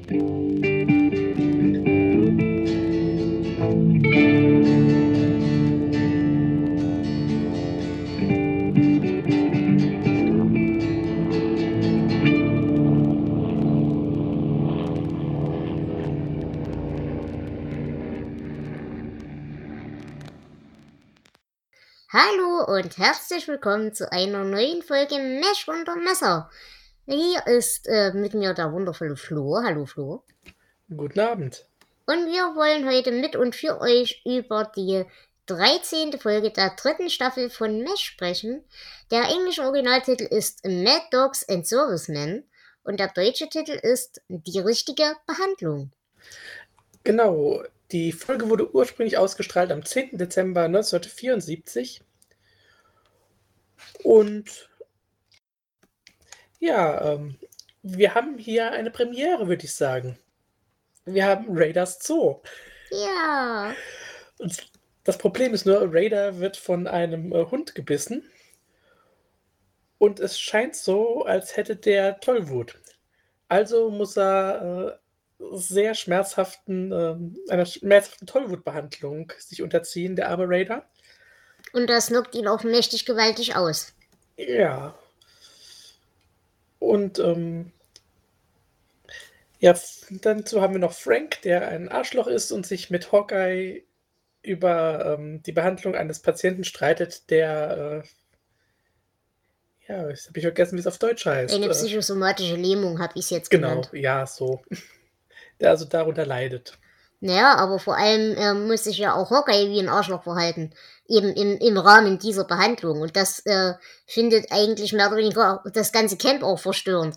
Hallo und herzlich willkommen zu einer neuen Folge Mesh unter Messer. Hier ist mit mir der wundervolle Flo. Hallo Flo. Guten Abend. Und wir wollen heute mit und für euch über die 13. Folge der 3. Staffel von Mesh sprechen. Der englische Originaltitel ist Mad Dogs and Servicemen und der deutsche Titel ist Die richtige Behandlung. Genau, die Folge wurde ursprünglich ausgestrahlt am 10. Dezember 1974. Und ja, wir haben hier eine Premiere, würde ich sagen. Wir haben Raiders Zoo. Ja. Und das Problem ist nur, Raider wird von einem Hund gebissen. Und es scheint so, als hätte der Tollwut. Also muss er einer schmerzhaften Tollwutbehandlung sich unterziehen, der arme Raider. Und das knockt ihn auch mächtig gewaltig aus. Ja. Und ja, dazu haben wir noch Frank, der ein Arschloch ist und sich mit Hawkeye über die Behandlung eines Patienten streitet, der ja, jetzt habe ich vergessen, wie es auf Deutsch heißt. Eine psychosomatische Lähmung habe ich es jetzt Genau, genannt. ja, so. Der also darunter leidet. Naja, aber vor allem muss sich ja auch Hawkeye wie ein Arschloch verhalten. Eben im Rahmen dieser Behandlung. Und das findet eigentlich mehr oder weniger das ganze Camp auch verstörend.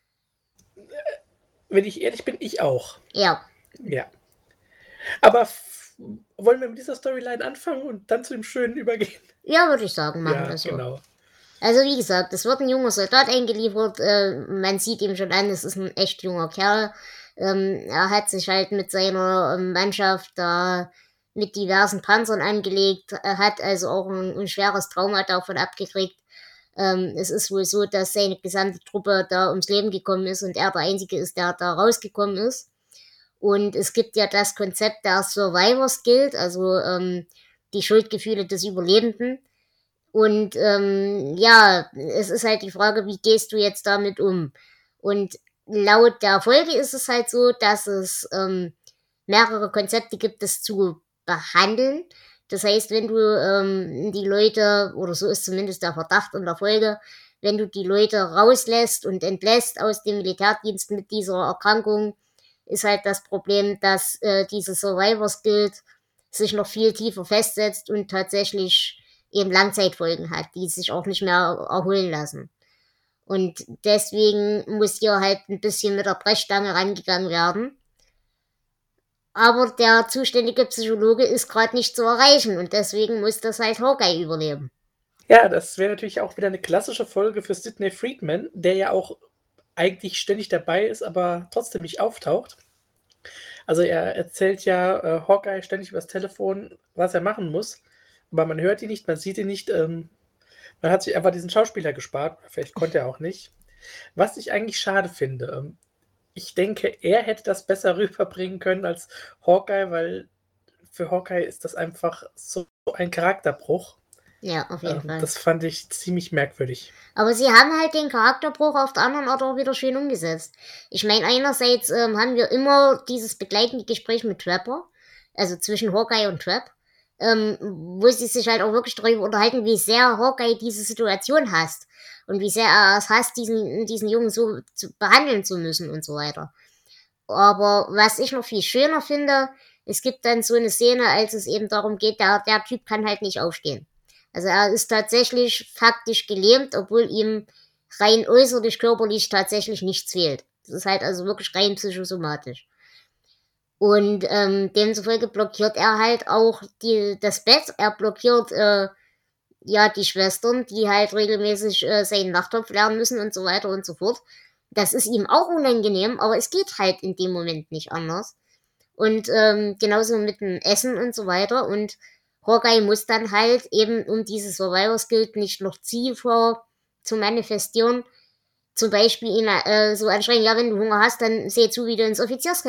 Wenn ich ehrlich bin, ich auch. Ja. Ja. Aber wollen wir mit dieser Storyline anfangen und dann zu dem Schönen übergehen? Ja, würde ich sagen, machen Ja, wir so. genau. Also wie gesagt, es wird ein junger Soldat eingeliefert. Man sieht ihm schon an, es ist ein echt junger Kerl. Er hat sich halt mit seiner Mannschaft da mit diversen Panzern angelegt. Er hat also auch ein schweres Trauma davon abgekriegt. Es ist wohl so, dass seine gesamte Truppe da ums Leben gekommen ist und er der Einzige ist, der da rausgekommen ist. Und es gibt ja das Konzept der Survivors Guild, also die Schuldgefühle des Überlebenden. Und ja, es ist halt die Frage, wie gehst du jetzt damit um? Und laut der Folge ist es halt so, dass es mehrere Konzepte gibt, das zu behandeln. Das heißt, wenn du die Leute, oder so ist zumindest der Verdacht in der Folge, wenn du die Leute rauslässt und entlässt aus dem Militärdienst mit dieser Erkrankung, ist halt das Problem, dass diese Survivors Guild sich noch viel tiefer festsetzt und tatsächlich eben Langzeitfolgen hat, die sich auch nicht mehr erholen lassen. Und deswegen muss hier halt ein bisschen mit der Brechstange rangegangen werden. Aber der zuständige Psychologe ist gerade nicht zu erreichen und deswegen muss das halt Hawkeye übernehmen. Ja, das wäre natürlich auch wieder eine klassische Folge für Sidney Freedman, der ja auch eigentlich ständig dabei ist, aber trotzdem nicht auftaucht. Also er erzählt ja Hawkeye ständig übers Telefon, was er machen muss, aber man hört ihn nicht, man sieht ihn nicht. Man hat sich einfach diesen Schauspieler gespart, vielleicht konnte er auch nicht. Was ich eigentlich schade finde, ich denke, er hätte das besser rüberbringen können als Hawkeye, weil für Hawkeye ist das einfach so ein Charakterbruch. Ja, auf jeden Fall. Das fand ich ziemlich merkwürdig. Aber sie haben halt den Charakterbruch auf der anderen Art auch wieder schön umgesetzt. Ich meine, einerseits haben wir immer dieses begleitende Gespräch mit Trapper, also zwischen Hawkeye und Trap, wo sie sich halt auch wirklich darüber unterhalten, wie sehr Hawkeye diese Situation hasst und wie sehr er es hasst, diesen Jungen so behandeln zu müssen und so weiter. Aber was ich noch viel schöner finde, es gibt dann so eine Szene, als es eben darum geht, der Typ kann halt nicht aufstehen. Also er ist tatsächlich faktisch gelähmt, obwohl ihm rein äußerlich körperlich tatsächlich nichts fehlt. Das ist halt also wirklich rein psychosomatisch. Und demzufolge blockiert er halt auch das Bett, er blockiert ja die Schwestern, die halt regelmäßig seinen Nachttopf lernen müssen und so weiter und so fort. Das ist ihm auch unangenehm, aber es geht halt in dem Moment nicht anders. Und genauso mit dem Essen und so weiter. Und Hawkeye muss dann halt eben, um diese Survivors Guild nicht noch tiefer zu manifestieren, zum Beispiel ihn so anschreien, ja, wenn du Hunger hast, dann seh zu, wie du ins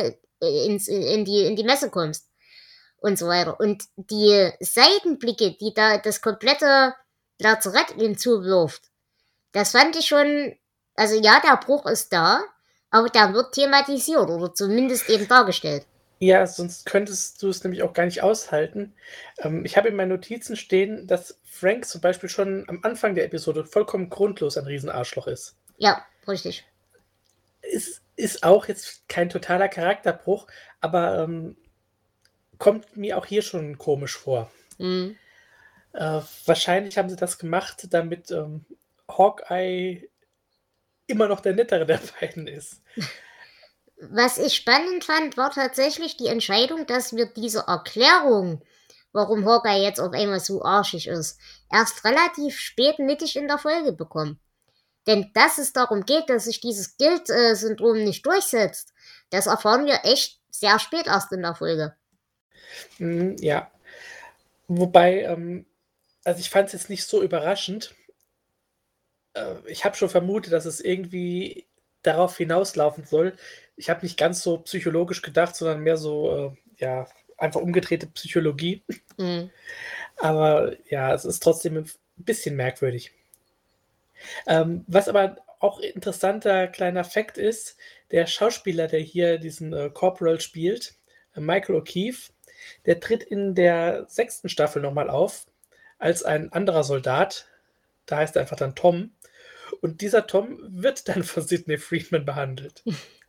in die Messe kommst und so weiter. Und die Seitenblicke, die da das komplette Lazarett ihm zuwirft, das fand ich schon, also ja, der Bruch ist da, aber der wird thematisiert oder zumindest eben dargestellt. Ja, sonst könntest du es nämlich auch gar nicht aushalten. Ich habe in meinen Notizen stehen, dass Frank zum Beispiel schon am Anfang der Episode vollkommen grundlos ein Riesenarschloch ist. Ja, richtig. Ist auch jetzt kein totaler Charakterbruch, aber kommt mir auch hier schon komisch vor. Mhm. Wahrscheinlich haben sie das gemacht, damit Hawkeye immer noch der nettere der beiden ist. Was ich spannend fand, war tatsächlich die Entscheidung, dass wir diese Erklärung, warum Hawkeye jetzt auf einmal so arschig ist, erst relativ spät mittig in der Folge bekommen. Denn dass es darum geht, dass sich dieses Guild-Syndrom nicht durchsetzt, das erfahren wir echt sehr spät erst in der Folge. Ja. Wobei, also ich fand es jetzt nicht so überraschend. Ich habe schon vermutet, dass es irgendwie darauf hinauslaufen soll. Ich habe nicht ganz so psychologisch gedacht, sondern mehr so, ja, einfach umgedrehte Psychologie. Mhm. Aber ja, es ist trotzdem ein bisschen merkwürdig. Was aber auch interessanter kleiner Fakt ist, der Schauspieler, der hier diesen Corporal spielt, Michael O'Keefe, der tritt in der 6. Staffel nochmal auf als ein anderer Soldat. Da heißt er einfach dann Tom. Und dieser Tom wird dann von Sidney Freedman behandelt.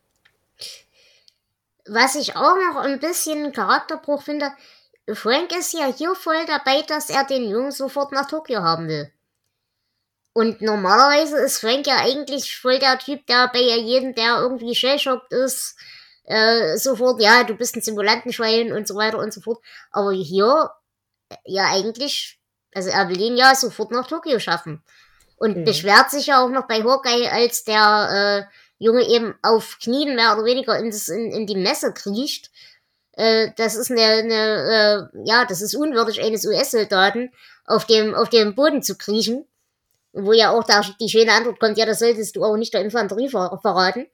Was ich auch noch ein bisschen Charakterbruch finde, Frank ist ja hier voll dabei, dass er den Jungen sofort nach Tokio haben will. Und normalerweise ist Frank ja eigentlich voll der Typ, der bei jedem, der irgendwie shellschockt ist, sofort, ja, du bist ein Simulantenschwein und so weiter und so fort. Aber hier, ja eigentlich, also er will ihn ja sofort nach Tokio schaffen. Und beschwert sich ja auch noch bei Hawkeye, als der Junge eben auf Knien mehr oder weniger in die Messe kriecht. Das ist das ist unwürdig eines US-Soldaten, auf dem Boden zu kriechen. Wo ja auch die schöne Antwort kommt, ja, das solltest du auch nicht der Infanterie verraten.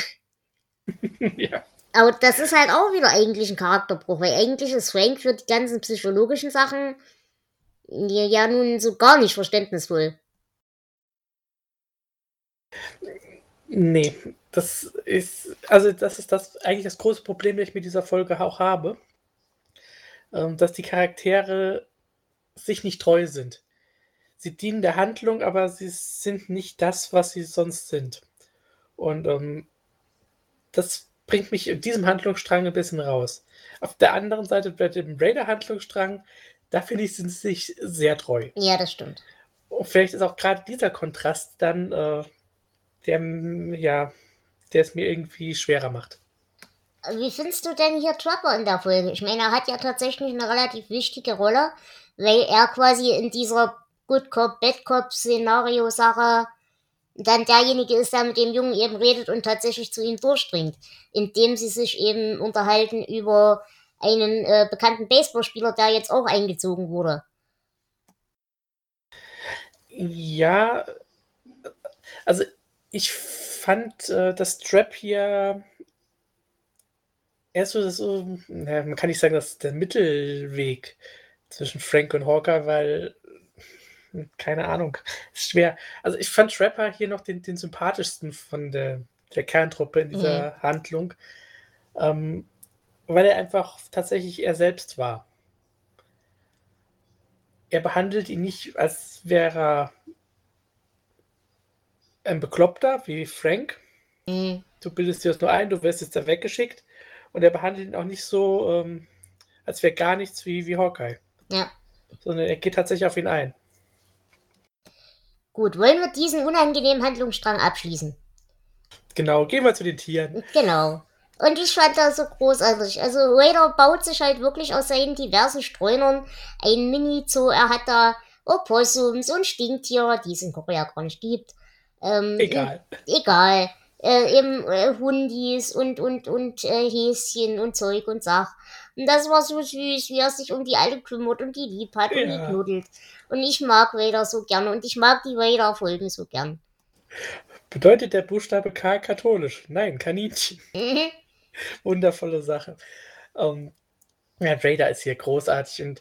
Ja. Aber das ist halt auch wieder eigentlich ein Charakterbruch, weil eigentlich ist Frank für die ganzen psychologischen Sachen ja nun so gar nicht verständnisvoll. Nee, das ist eigentlich das große Problem, das ich mit dieser Folge auch habe, dass die Charaktere sich nicht treu sind. Sie dienen der Handlung, aber sie sind nicht das, was sie sonst sind. Und das bringt mich in diesem Handlungsstrang ein bisschen raus. Auf der anderen Seite, bei dem Raider-Handlungsstrang, da finde ich, sind sie sich sehr treu. Ja, das stimmt. Und vielleicht ist auch gerade dieser Kontrast dann, der es mir irgendwie schwerer macht. Wie findest du denn hier Trapper in der Folge? Ich meine, er hat ja tatsächlich eine relativ wichtige Rolle, weil er quasi in dieser Good Cop, Bad Cop Szenario-Sache dann derjenige ist, der mit dem Jungen eben redet und tatsächlich zu ihm durchdringt, indem sie sich eben unterhalten über einen bekannten Baseballspieler, der jetzt auch eingezogen wurde. Ja, also ich fand das Trap hier erst man kann nicht sagen, das ist der Mittelweg zwischen Frank und Hawker, weil, keine Ahnung, ist schwer. Also ich fand Trapper hier noch den sympathischsten von der Kerntruppe in dieser Handlung, weil er einfach tatsächlich er selbst war. Er behandelt ihn nicht, als wäre er ein Bekloppter wie Frank. Du bildest dir das nur ein, du wirst jetzt da weggeschickt. Und er behandelt ihn auch nicht so, als wäre gar nichts wie Hawkeye. Ja. Sondern er geht tatsächlich auf ihn ein. Gut, wollen wir diesen unangenehmen Handlungsstrang abschließen? Genau, gehen wir zu den Tieren. Genau. Und ich fand das so großartig. Also Raider baut sich halt wirklich aus seinen diversen Streunern ein Mini-Zoo. Er hat da Opossums und Stinktiere, die es in Korea gar nicht gibt. Egal. Egal. Hundis und Häschen und Zeug und Sach. Und das war so süß, wie er sich um die Alte kümmert und die lieb hat und die knuddelt. Und ich mag Raider so gern und ich mag die Raider-Folgen so gern. Bedeutet der Buchstabe K katholisch? Nein, Kaninchen. Mhm. Wundervolle Sache. Ja, Rhaegar ist hier großartig und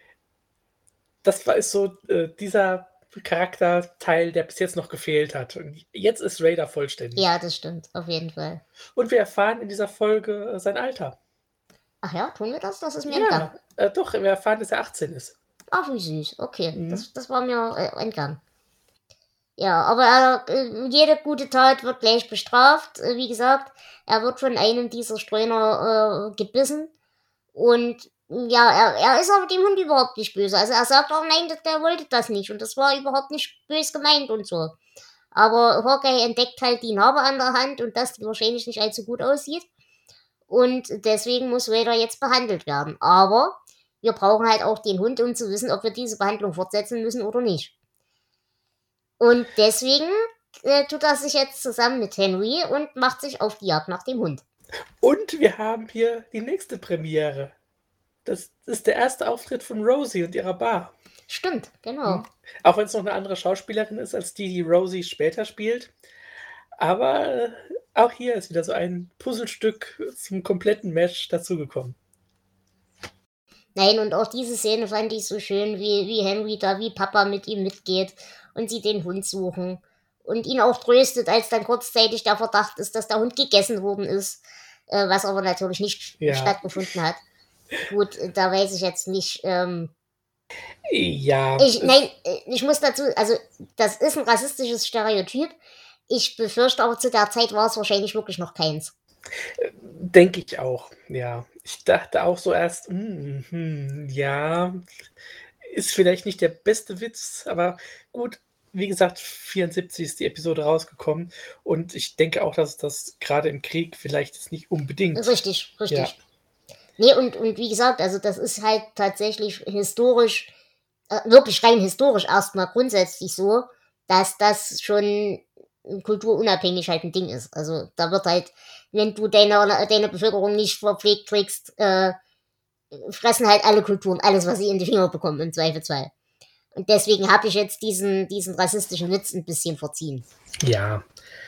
ist so dieser Charakterteil, der bis jetzt noch gefehlt hat. Und jetzt ist Rhaegar vollständig. Ja, das stimmt, auf jeden Fall. Und wir erfahren in dieser Folge sein Alter. Ach ja, tun wir das? Das ist mir entgangen. Ja, doch, wir erfahren, dass er 18 ist. Ach, wie süß. Okay, Mhm. das war mir entgangen. Ja, aber jede gute Tat wird gleich bestraft. Wie gesagt, er wird von einem dieser Streuner gebissen. Und ja, er ist aber dem Hund überhaupt nicht böse. Also er sagt auch, nein, der wollte das nicht. Und das war überhaupt nicht böse gemeint und so. Aber Hawkeye entdeckt halt die Narbe an der Hand und dass die wahrscheinlich nicht allzu gut aussieht. Und deswegen muss Rhaegar jetzt behandelt werden. Aber wir brauchen halt auch den Hund, um zu wissen, ob wir diese Behandlung fortsetzen müssen oder nicht. Und deswegen tut er sich jetzt zusammen mit Henry und macht sich auf die Jagd nach dem Hund. Und wir haben hier die nächste Premiere. Das ist der erste Auftritt von Rosie und ihrer Bar. Stimmt, genau. Auch wenn es noch eine andere Schauspielerin ist, als die Rosie später spielt. Aber auch hier ist wieder so ein Puzzlestück zum kompletten Match dazugekommen. Nein, und auch diese Szene fand ich so schön, wie Henry da, wie Papa mit ihm mitgeht und sie den Hund suchen. Und ihn auch tröstet, als dann kurzzeitig der Verdacht ist, dass der Hund gegessen worden ist. Was aber natürlich nicht stattgefunden hat. Gut, da weiß ich jetzt nicht. Ja. Ich muss dazu, also das ist ein rassistisches Stereotyp. Ich befürchte aber, zu der Zeit war es wahrscheinlich wirklich noch keins. Denke ich auch, ja. Ich dachte auch so erst, ja, ist vielleicht nicht der beste Witz, aber gut, wie gesagt, 74 ist die Episode rausgekommen und ich denke auch, dass das gerade im Krieg vielleicht ist nicht unbedingt. Richtig. Ja. Nee, und wie gesagt, also das ist halt tatsächlich historisch, wirklich rein historisch erstmal grundsätzlich so, dass das schon kulturunabhängig halt ein Ding ist. Also da wird halt, wenn du deine Bevölkerung nicht verpflegt kriegst, fressen halt alle Kulturen alles, was sie in die Finger bekommen, im Zweifelsfall. Und deswegen habe ich jetzt diesen rassistischen Witz ein bisschen verziehen. Ja.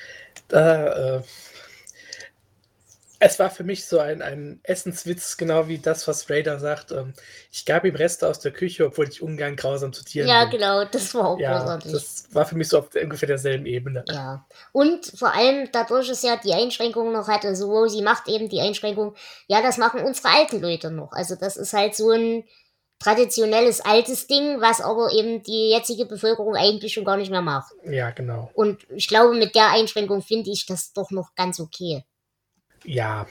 Es war für mich so ein Essenswitz, genau wie das, was Rhaegar sagt. Ich gab ihm Reste aus der Küche, obwohl ich ungern grausam zu Tieren bin. Ja, genau, das war auch großartig. Das war für mich so auf ungefähr derselben Ebene. Ja, und vor allem dadurch, dass ja die Einschränkung noch hatte, so Rosie macht eben die Einschränkung, ja, das machen unsere alten Leute noch. Also das ist halt so ein traditionelles, altes Ding, was aber eben die jetzige Bevölkerung eigentlich schon gar nicht mehr macht. Ja, genau. Und ich glaube, mit der Einschränkung finde ich das doch noch ganz okay. Ja.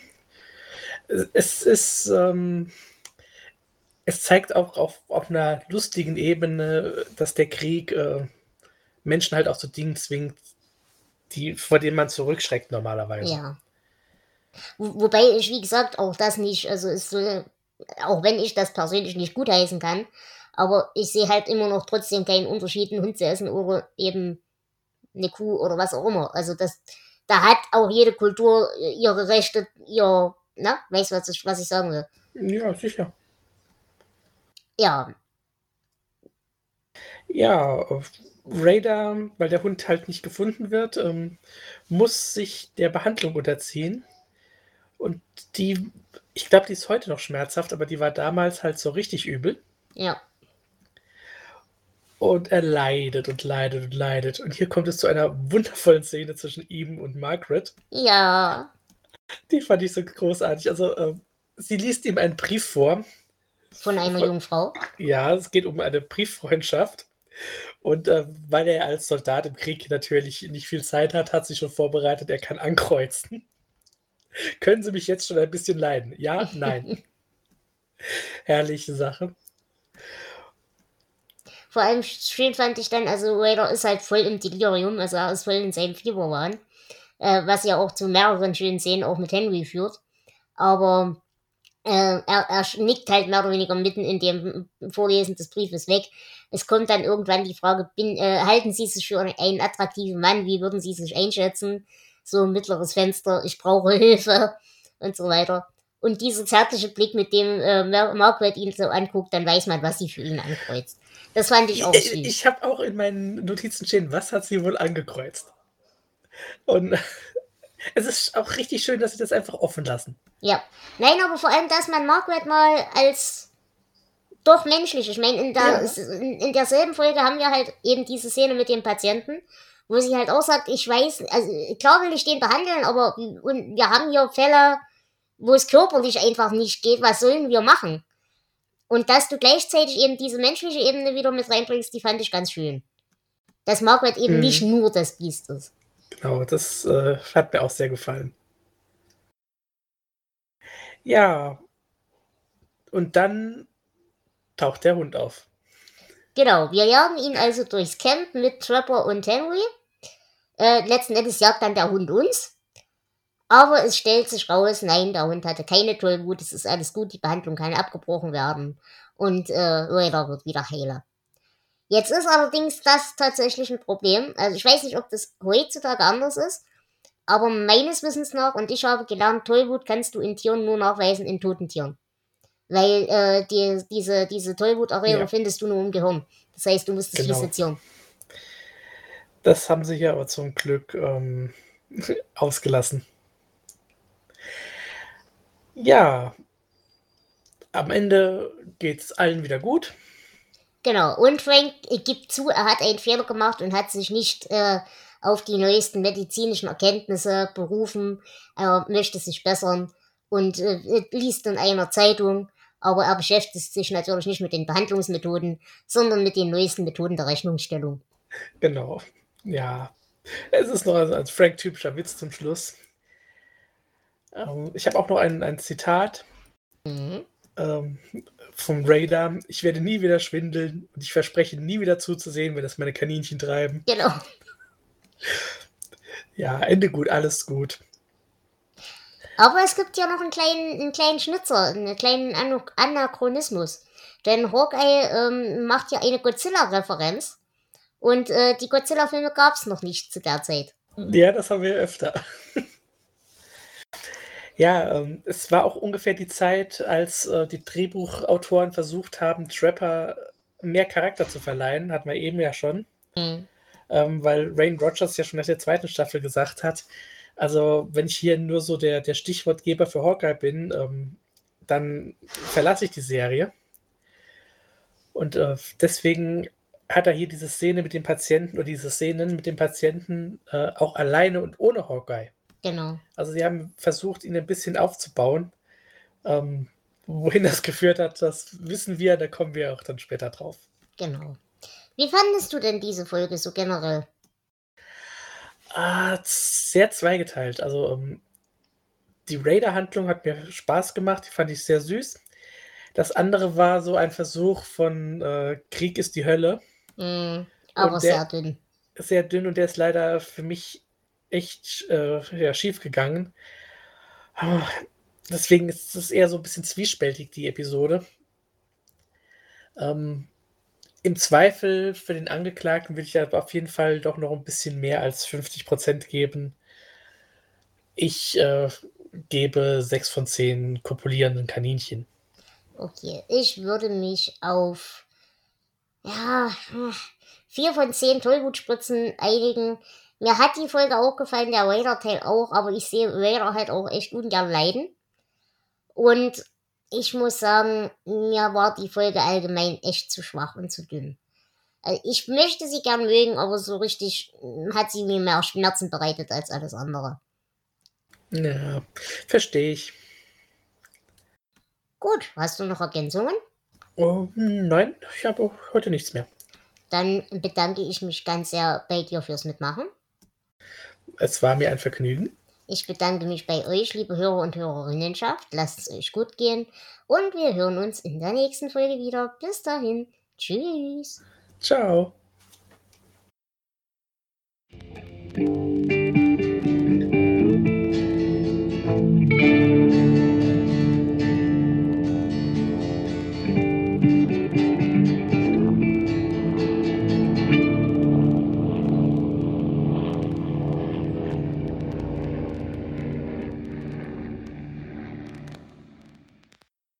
Es ist, es zeigt auch auf einer lustigen Ebene, dass der Krieg Menschen halt auch zu Dingen zwingt, vor denen man zurückschreckt normalerweise. Ja. Wobei ich, wie gesagt, auch das nicht, also ist so, auch wenn ich das persönlich nicht gutheißen kann, aber ich sehe halt immer noch trotzdem keinen Unterschied, einen Hund zu essen oder eben eine Kuh oder was auch immer. Also da hat auch jede Kultur ihre Rechte, weißt du, was ich sagen will? Ja, sicher. Ja. Ja, Rhaegar, weil der Hund halt nicht gefunden wird, muss sich der Behandlung unterziehen. Und ich glaube, die ist heute noch schmerzhaft, aber die war damals halt so richtig übel. Ja. Und er leidet und leidet und leidet. Und hier kommt es zu einer wundervollen Szene zwischen ihm und Margaret. Ja. Die fand ich so großartig. Also, sie liest ihm einen Brief vor. Von einer Jungfrau? Ja, es geht um eine Brieffreundschaft. Und weil er als Soldat im Krieg natürlich nicht viel Zeit hat, hat sich schon vorbereitet, er kann ankreuzen. Können Sie mich jetzt schon ein bisschen leiden? Ja, nein. Herrliche Sache. Vor allem schön fand ich dann, also Rhaegar ist halt voll im Delirium, also er ist voll in seinem Fieberwahn, was ja auch zu mehreren schönen Szenen auch mit Henry führt. Aber er nickt halt mehr oder weniger mitten in dem Vorlesen des Briefes weg. Es kommt dann irgendwann die Frage, halten Sie sich für einen attraktiven Mann? Wie würden Sie sich einschätzen? So ein mittleres Fenster, ich brauche Hilfe und so weiter. Und dieser zärtliche Blick, mit dem Margaret ihn so anguckt, dann weiß man, was sie für ihn ankreuzt. Das fand ich auch süß. Ich habe auch in meinen Notizen stehen, was hat sie wohl angekreuzt? Und es ist auch richtig schön, dass sie das einfach offen lassen. Ja. Nein, aber vor allem, dass man Margaret mal als doch menschlich. Ich meine, in derselben Folge haben wir halt eben diese Szene mit dem Patienten, wo sie halt auch sagt, ich weiß, also klar will ich den behandeln, aber und wir haben hier Fälle, wo es körperlich einfach nicht geht, was sollen wir machen? Und dass du gleichzeitig eben diese menschliche Ebene wieder mit reinbringst, die fand ich ganz schön. Dass Margaret eben nicht nur das Biest ist. Genau, das hat mir auch sehr gefallen. Ja, und dann taucht der Hund auf. Genau, wir jagen ihn also durchs Camp mit Trapper und Henry. Letzten Endes jagt dann der Hund uns. Aber es stellt sich raus, nein, der Hund hatte keine Tollwut, es ist alles gut, die Behandlung kann abgebrochen werden. Und Raider wird wieder heiler. Jetzt ist allerdings das tatsächlich ein Problem. Also ich weiß nicht, ob das heutzutage anders ist. Aber meines Wissens nach, und ich habe gelernt, Tollwut kannst du in Tieren nur nachweisen in toten Tieren. Weil diese Tollwuterregung findest du nur im Gehirn. Das heißt, du musst es resezieren. Das haben sie hier aber zum Glück ausgelassen. Ja, am Ende geht's allen wieder gut. Genau, und Frank gibt zu, er hat einen Fehler gemacht und hat sich nicht auf die neuesten medizinischen Erkenntnisse berufen. Er möchte sich bessern und liest in einer Zeitung, aber er beschäftigt sich natürlich nicht mit den Behandlungsmethoden, sondern mit den neuesten Methoden der Rechnungsstellung. Genau, ja. Es ist noch als Frank-typischer Witz zum Schluss. Ich habe auch noch ein Zitat vom Raider. Ich werde nie wieder schwindeln und ich verspreche nie wieder zuzusehen, wenn es meine Kaninchen treiben. Genau. Ja, Ende gut, alles gut. Aber es gibt ja noch einen kleinen Schnitzer, einen kleinen Anachronismus. Denn Hawkeye macht ja eine Godzilla-Referenz. Und die Godzilla-Filme gab es noch nicht zu der Zeit. Ja, das haben wir öfter. Ja, es war auch ungefähr die Zeit, als die Drehbuchautoren versucht haben, Trapper mehr Charakter zu verleihen, hatten wir eben ja schon. Weil Rain Rogers ja schon nach der zweiten Staffel gesagt hat, also wenn ich hier nur so der Stichwortgeber für Hawkeye bin, dann verlasse ich die Serie. Und deswegen hat er hier diese Szene mit dem Patienten oder diese Szenen mit dem Patienten auch alleine und ohne Hawkeye. Genau. Also sie haben versucht, ihn ein bisschen aufzubauen. Wohin das geführt hat, das wissen wir, da kommen wir auch dann später drauf. Genau. Wie fandest du denn diese Folge so generell? Sehr zweigeteilt. Also die Raider-Handlung hat mir Spaß gemacht, die fand ich sehr süß. Das andere war so ein Versuch von Krieg ist die Hölle. Aber sehr dünn. Sehr dünn und der ist leider für mich echt schief gegangen. Deswegen ist es eher so ein bisschen zwiespältig, die Episode. Im Zweifel für den Angeklagten würde ich aber auf jeden Fall doch noch ein bisschen mehr als 50% geben. Ich gebe 6 von 10 kopulierenden Kaninchen. Okay, ich würde mich auf 4 von 10 Tollwutspritzen einigen. Mir hat die Folge auch gefallen, der Raider-Teil auch, aber ich sehe Raider halt auch echt ungern leiden. Und ich muss sagen, mir war die Folge allgemein echt zu schwach und zu dünn. Also ich möchte sie gern mögen, aber so richtig hat sie mir mehr Schmerzen bereitet als alles andere. Ja, verstehe ich. Gut, hast du noch Ergänzungen? Oh, nein, ich habe heute nichts mehr. Dann bedanke ich mich ganz sehr bei dir fürs Mitmachen. Es war mir ein Vergnügen. Ich bedanke mich bei euch, liebe Hörer und Hörerinnenschaft. Lasst es euch gut gehen. Und wir hören uns in der nächsten Folge wieder. Bis dahin. Tschüss. Ciao.